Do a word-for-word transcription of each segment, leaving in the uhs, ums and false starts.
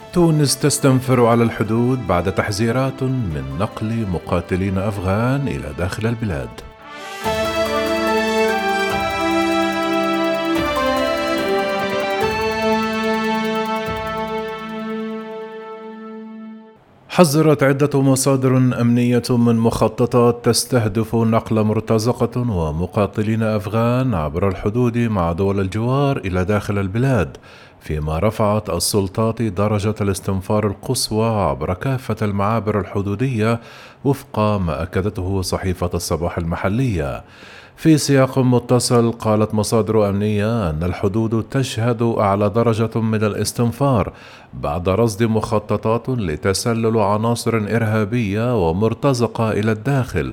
تونس تستنفر على الحدود بعد تحذيرات من نقل مقاتلين أفغان إلى داخل البلاد. حذرت عدة مصادر أمنية من مخططات تستهدف نقل مرتزقة ومقاتلين أفغان عبر الحدود مع دول الجوار إلى داخل البلاد، فيما رفعت السلطات درجة الاستنفار القصوى عبر كافة المعابر الحدودية وفق ما أكدته صحيفة الصباح المحلية. في سياق متصل، قالت مصادر أمنية أن الحدود تشهد أعلى درجة من الاستنفار بعد رصد مخططات لتسلل عناصر إرهابية ومرتزقة إلى الداخل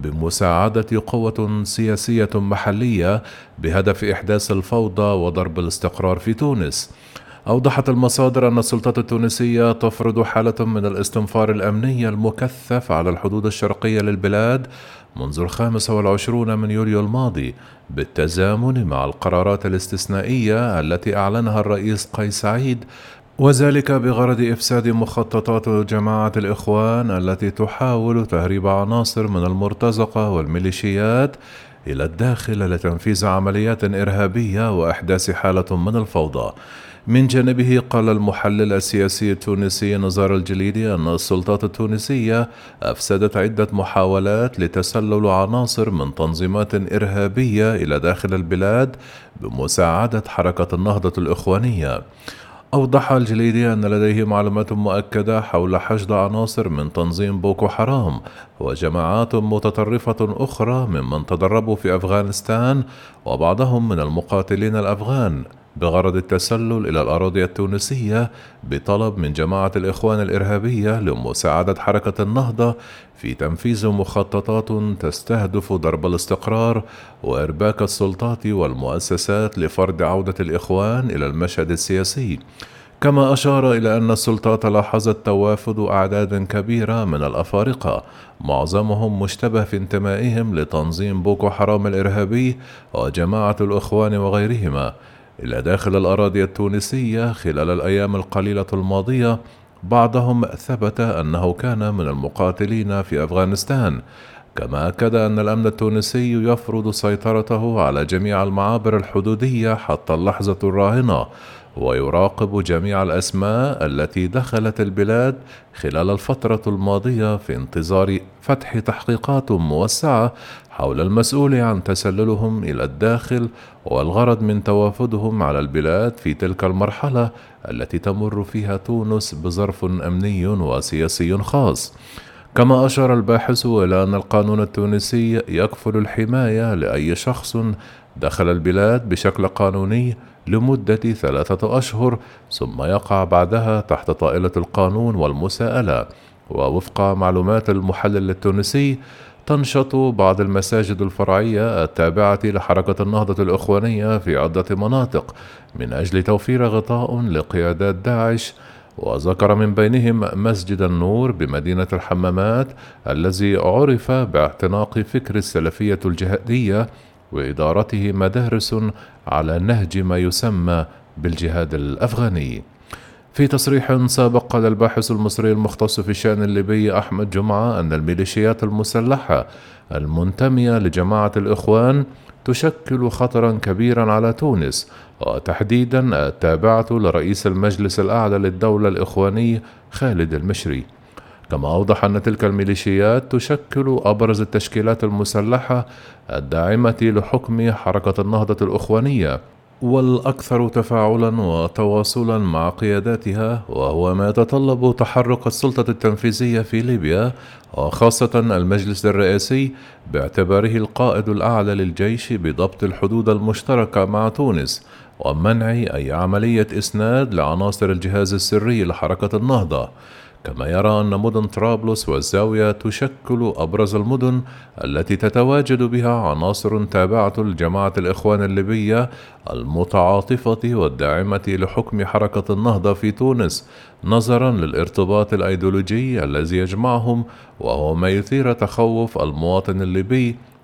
بمساعدة قوة سياسية محلية بهدف إحداث الفوضى وضرب الاستقرار في تونس. أوضحت المصادر أن السلطات التونسية تفرض حالة من الاستنفار الأمني المكثف على الحدود الشرقية للبلاد منذ الخامس والعشرون من يوليو الماضي، بالتزامن مع القرارات الاستثنائية التي أعلنها الرئيس قيس سعيد، وذلك بغرض إفساد مخططات جماعة الإخوان التي تحاول تهريب عناصر من المرتزقة والميليشيات إلى الداخل لتنفيذ عمليات إرهابية وإحداث حالة من الفوضى. من جانبه، قال المحلل السياسي التونسي نزار الجليدي أن السلطات التونسية أفسدت عدة محاولات لتسلل عناصر من تنظيمات إرهابية إلى داخل البلاد بمساعدة حركة النهضة الإخوانية. أوضح الجليدي أن لديه معلومات مؤكدة حول حشد عناصر من تنظيم بوكو حرام وجماعات متطرفة أخرى ممن تدربوا في أفغانستان وبعضهم من المقاتلين الأفغان بغرض التسلل إلى الأراضي التونسية بطلب من جماعة الإخوان الإرهابية لمساعدة حركة النهضة في تنفيذ مخططات تستهدف ضرب الاستقرار وإرباك السلطات والمؤسسات لفرض عودة الإخوان إلى المشهد السياسي. كما أشار إلى أن السلطات لاحظت توافد أعداد كبيرة من الأفارقة، معظمهم مشتبه في انتمائهم لتنظيم بوكو حرام الإرهابي وجماعة الإخوان وغيرهما إلى داخل الأراضي التونسية خلال الأيام القليلة الماضية. بعضهم ثبت أنه كان من المقاتلين في أفغانستان. كما أكد أن الأمن التونسي يفرض سيطرته على جميع المعابر الحدودية حتى اللحظة الراهنة، ويراقب جميع الأسماء التي دخلت البلاد خلال الفترة الماضية في انتظار فتح تحقيقات موسعة حول المسؤول عن تسللهم إلى الداخل والغرض من توافدهم على البلاد في تلك المرحلة التي تمر فيها تونس بظرف أمني وسياسي خاص. كما أشار الباحث إلى أن القانون التونسي يكفل الحماية لأي شخص دخل البلاد بشكل قانوني لمدة ثلاثة أشهر ثم يقع بعدها تحت طائلة القانون والمساءلة. ووفق معلومات المحلل التونسي، تنشط بعض المساجد الفرعية التابعة لحركة النهضة الإخوانية في عدة مناطق من أجل توفير غطاء لقيادات داعش، وذكر من بينهم مسجد النور بمدينة الحمامات الذي عرف باعتناق فكر السلفية الجهادية وإدارته مدارس على نهج ما يسمى بالجهاد الأفغاني. في تصريح سابق، قال الباحث المصري المختص في الشأن الليبي أحمد جمعة أن الميليشيات المسلحة المنتمية لجماعة الإخوان تشكل خطرا كبيرا على تونس، وتحديدا التابعة لرئيس المجلس الأعلى للدولة الإخواني خالد المشري. كما أوضح أن تلك الميليشيات تشكل أبرز التشكيلات المسلحة الداعمة لحكم حركة النهضة الإخوانية والأكثر تفاعلا وتواصلا مع قياداتها، وهو ما يتطلب تحرك السلطة التنفيذية في ليبيا وخاصة المجلس الرئاسي باعتباره القائد الأعلى للجيش بضبط الحدود المشتركة مع تونس ومنع أي عملية إسناد لعناصر الجهاز السري لحركة النهضة. كما يرى أن مدن طرابلس والزاوية تشكل أبرز المدن التي تتواجد بها عناصر تابعة لجماعة الإخوان الليبية المتعاطفة والداعمة لحكم حركة النهضة في تونس، نظرا للارتباط الأيديولوجي الذي يجمعهم، وهو ما يثير تخوف المواطن الليبي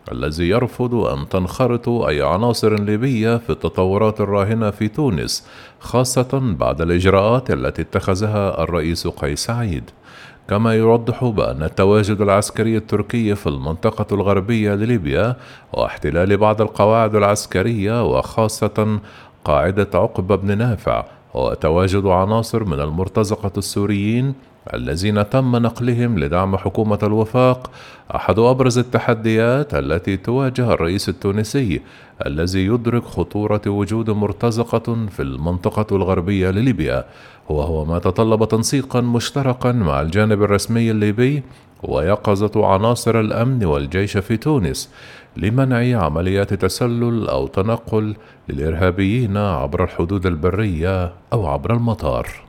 الذي يرفض أن تنخرط أي عناصر ليبية في التطورات الراهنة في تونس، خاصة بعد الإجراءات التي اتخذها الرئيس قيس سعيد. كما يوضح بأن التواجد العسكري التركي في المنطقة الغربية لليبيا واحتلال بعض القواعد العسكرية وخاصة قاعدة عقبة بن نافع وتواجد عناصر من المرتزقة السوريين الذين تم نقلهم لدعم حكومة الوفاق أحد أبرز التحديات التي تواجه الرئيس التونسي، الذي يدرك خطورة وجود مرتزقة في المنطقة الغربية لليبيا، وهو ما تطلب تنسيقا مشتركا مع الجانب الرسمي الليبي ويقظة عناصر الأمن والجيش في تونس لمنع عمليات تسلل أو تنقل للإرهابيين عبر الحدود البرية أو عبر المطار.